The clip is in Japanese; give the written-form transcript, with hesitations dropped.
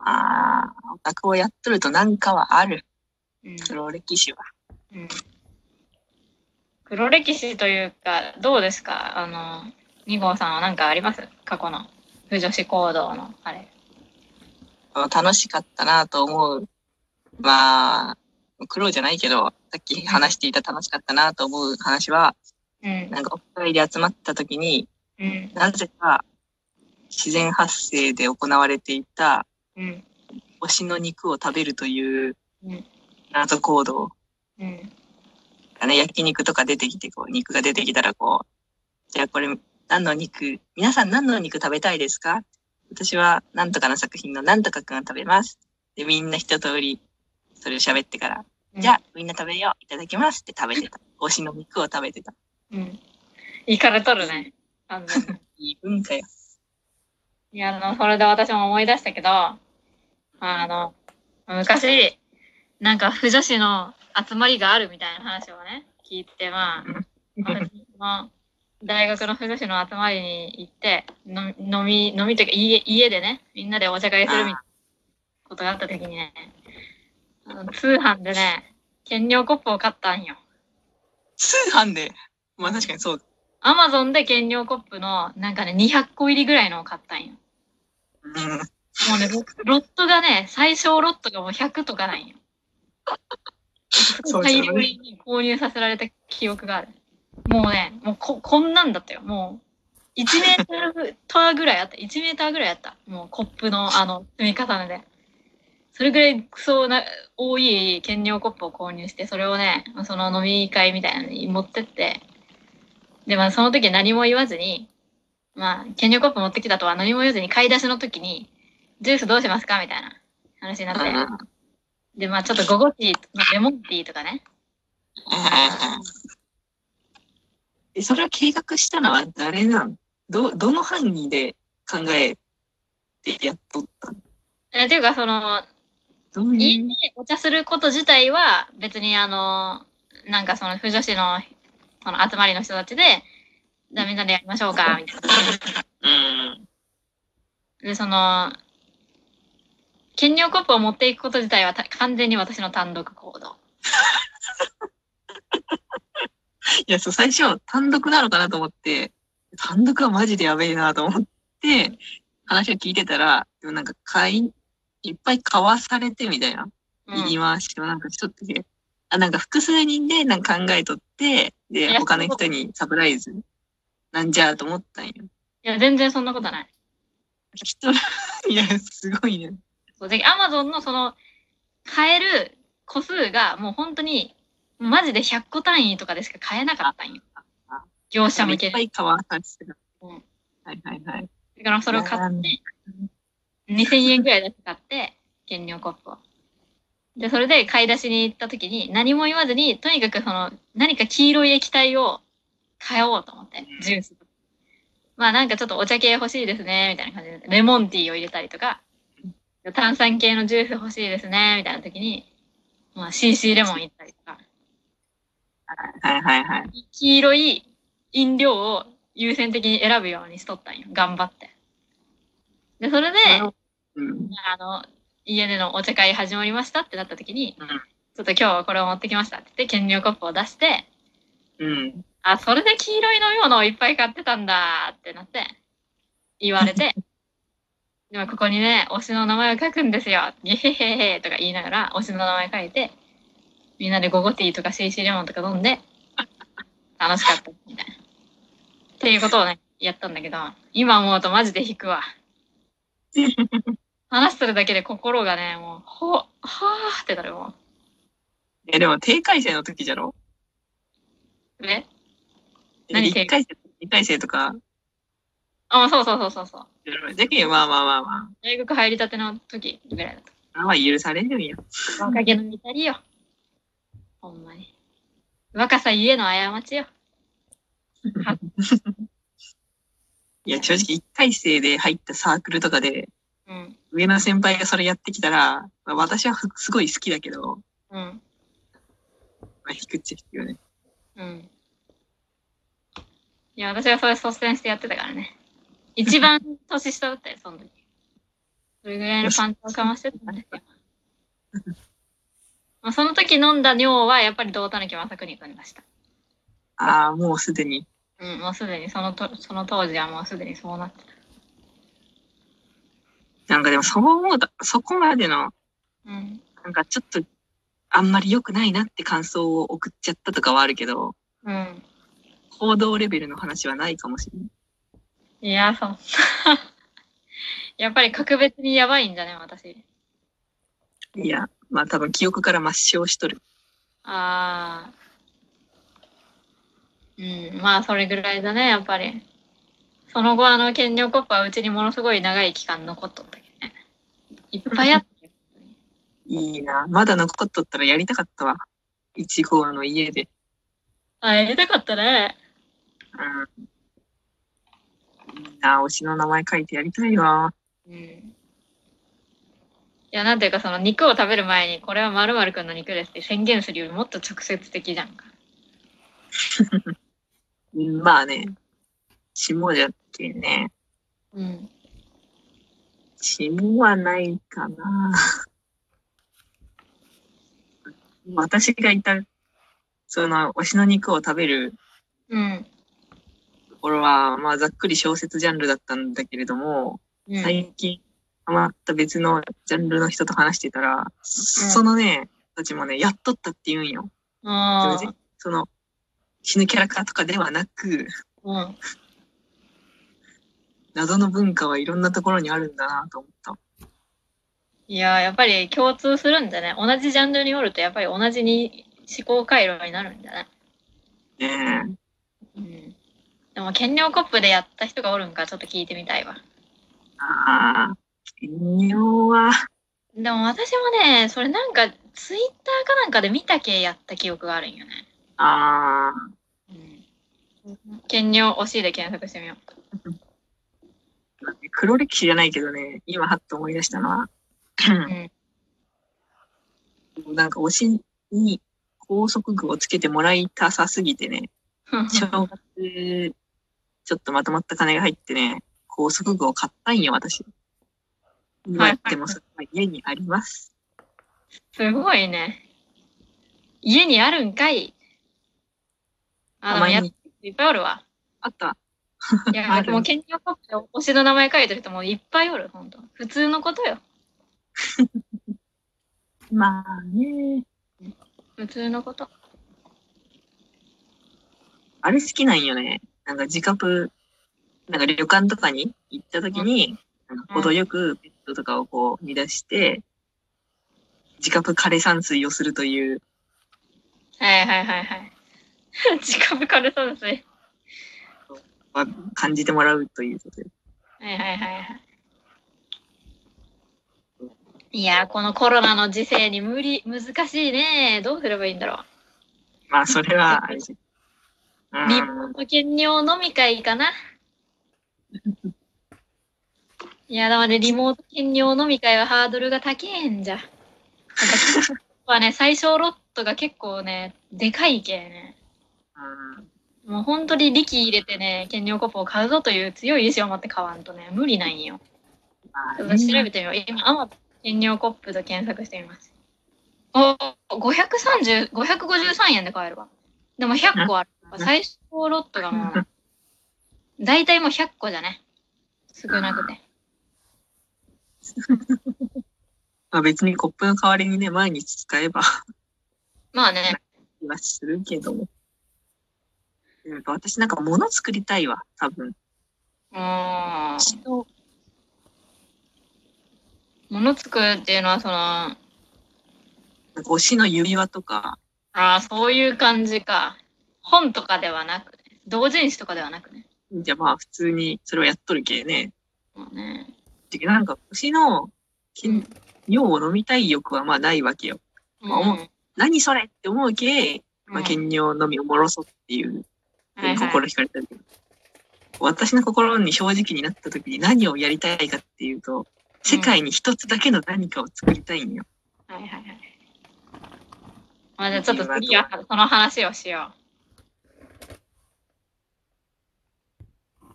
オタクをやっとるとなんかはある。 うん。 黒歴史は。 うん。黒歴史というか、どうですか2号さんは何かあります？過去の不女子行動のあれ。 楽しかったなと思う。まあ、苦労じゃないけど、さっき話していた楽しかったなと思う話は、 うん。 なんかお二人で集まった時に、 うん。 なぜか自然発生で行われていた、 うん。 推しの肉を食べるといううん。 謎行動うん。 がね、焼肉とか出てきて、こう、肉が出てきたら、こう、じゃあこれ、何の肉、皆さん何の肉食べたいですか？私は何とかの作品の何とかくんを食べます。で、みんな一通り、それを喋ってから、じゃあみんな食べよう、いただきますって食べてた。推しの肉を食べてた。 うん。いかれとるね。 いい文化よ。 いや、それで私も思い出したけど、昔、なんか、不女子の集まりがあるみたいな話をね、聞いて、大学の不女子の集まりに行って、飲みというか家でね、みんなでお茶会するみたいなことがあった時にね、通販でね、兼用コップを買ったんよ。 通販でまあ確かにそう。 アマゾンで兼用コップの、なんかね、200個入りぐらいのを買ったんよ。もうね、ロットがね、最小ロットがもう100とかなんよ。大量に購入させられた記憶がある。もうね、もうこんなんだったよ。もう、1メーターぐらいあった。1メーターぐらいあった。もうコップの積み重ねで。それぐらい多い兼用コップを購入して、それをね、その飲み会みたいなのに持ってって、で、その時何も言わずに、兼用コップ持ってきたとは何も言わずに買い出しの時に、ジュースどうしますかみたいな話になって。で、ちょっとゴゴティー、レモンティーとかね。 それを計画したのは誰なの？どの範囲で考えてやっとったの？ っていうか、家でお茶すること自体は、別になんかその、不女子の、その集まりの人たちで、じゃあみんなでやりましょうか、みたいな。で、兼用コップを持っていくこと自体は完全に私の単独行動。 いや、最初、単独なのかなと思って、単独はマジでやべえなと思って、話を聞いてたら、でもなんかいっぱい買わされてみたいな。言い回しをなんかちょっとなんか複数人でなんか考えとって、で、他の人にサプライズなんじゃと思ったんよ。いや、全然そんなことない。 いや、すごいね。 そうで、アマゾンの買える個数がもう本当に、マジで100個単位とかでしか買えなかったんよ。業者向けで。いっぱい買わさせてた。はいはいはい。だからそれを買って、2000円ぐらい出して買って、兼用コップを。で、それで買い出しに行った時に、何も言わずに、とにかく何か黄色い液体を買おうと思って、ジュース。なんかちょっとお茶系欲しいですね、みたいな感じで、レモンティーを入れたりとか、炭酸系のジュース欲しいですね、みたいな時に、CC レモン入れたりとか。はいはいはい。黄色い飲料を優先的に選ぶようにしとったんよ。頑張って。で、それで、家でのお茶会始まりましたってなった時に、ちょっと今日はこれを持ってきましたって言って、兼用コップを出して、それで黄色い飲み物をいっぱい買ってたんだってなって、言われて、でもここにね、推しの名前を書くんですよ。ゲヘヘヘとか言いながら、推しの名前書いて、みんなでゴゴティーとか CC レモンとか飲んで、楽しかったみたいな。っていうことをね、やったんだけど、今思うとマジで引くわ。話してるだけで心がね、もう、はーってなるもん。でも低回生の時じゃろ？何1回生、2回生とか。そうそう。じゃけん、まあ。大学入りたての時ぐらいだと。許されるんよ。若気の至りよ。ほんまに。若さゆえの過ちよ。いや、正直1回生で入ったサークルとかで、上の先輩がそれやってきたら、私はすごい好きだけど、引くっちゃ引くよね。いや、私はそれ率先してやってたからね。一番年下だったよ、その時。 それぐらいのパンチをかましてたんですよ。まあその時飲んだ尿はやっぱり胴たぬき正国君でした。 ああ、もうすでに。 うん、もうすでにその当時はもうすでにそうなってた。 なんかでもそう思うと、そこまでの、なんかちょっとあんまり良くないなって感想を送っちゃったとかはあるけど、行動レベルの話はないかもしれない。 いや、そう。やっぱり格別にやばいんじゃね、私。 いや、まあ多分記憶から抹消しとる。 ああ。まあそれぐらいだね、やっぱり。その後、検尿コップはうちにものすごい長い期間残っとったけどね。いっぱいあった。 いいな。まだ残っとったらやりたかったわ。1号の家で。 あ、やりたかったね。 いいな。推しの名前書いてやりたいわ。 いや、なんていうか、その肉を食べる前に、これは〇〇くんの肉ですって宣言するよりもっと直接的じゃんか。 まあね。霜じゃっけね。霜はないかな。私がいた、その、推しの肉を食べる、ところは、まあ、ざっくり小説ジャンルだったんだけれども、最近、ハマった別のジャンルの人と話してたら、そのね、たちもね、やっとったって言うんよ。その、死ぬキャラクターとかではなく、謎の文化はいろんなところにあるんだなと思った。 いややっぱり共通するんだね。同じジャンルにおるとやっぱり同じに思考回路になるんだね。 ねえ。でも検尿コップでやった人がおるんかちょっと聞いてみたいわ。 ああ、検尿は。 でも私もね、それなんかツイッターかなんかで見たけやった記憶があるんよね。 ああ。 検尿推しで検索してみよう。 黒歴史じゃないけどね、今はっと思い出したのは、なんか推しに高速具をつけてもらいたさすぎてね、正月、ちょっとまとまった金が入ってね、高速具を買ったんよ、私。今でもそれは家にあります。 すごいね。家にあるんかい。あ、でもいっぱいおるわ。 あった。 いや、もう検尿コップで推しの名前書いてる人もいっぱいおる、ほんと。普通のことよ。 まあね。 普通のこと。 あれ好きなんよね。なんか自カプ、なんか旅館とかに行った時に、程よくペットとかをこう乱して、自カプ枯山水をするという。 はいはいはいはい。自カプ枯山水。 感じてもらうということで。 はいはいはいはい。いや、このコロナの時世に難しいね。どうすればいいんだろう。 まあ、それは、 リモート検尿飲み会かな。いや、でもね、リモート検尿飲み会はハードルが高えんじゃ。はね、最小ロットが結構ね、でかいけね。もう本当に力入れてね、検尿コップを買うぞという強い意志を持って買わんとね、無理なんよ。ちょっと調べてみよう。今、アマ検尿コップと検索してみます。553円で買えるわ。でも100個ある。最小ロットがもう、だいたいもう100個じゃね。少なくて。 まあ別にコップの代わりにね、毎日使えば。 まあね。 はするけど。私なんか物作りたいわ、多分。 物作るっていうのはその、 なんか推しの指輪とか。 ああ、そういう感じか。本とかではなくね。同人誌とかではなくね。 じゃあまあ普通にそれをやっとるけね。 ね。 なんか推しの尿を飲みたい欲はまあないわけよ。何それって思うけ、まあ、検尿のみをもろそっていう、心惹かれたけど、私の心に正直になった時に何をやりたいかっていうと、世界に一つだけの何かを作りたいんよ。 はいはいはい。まあじゃあちょっと次はその話をしよう。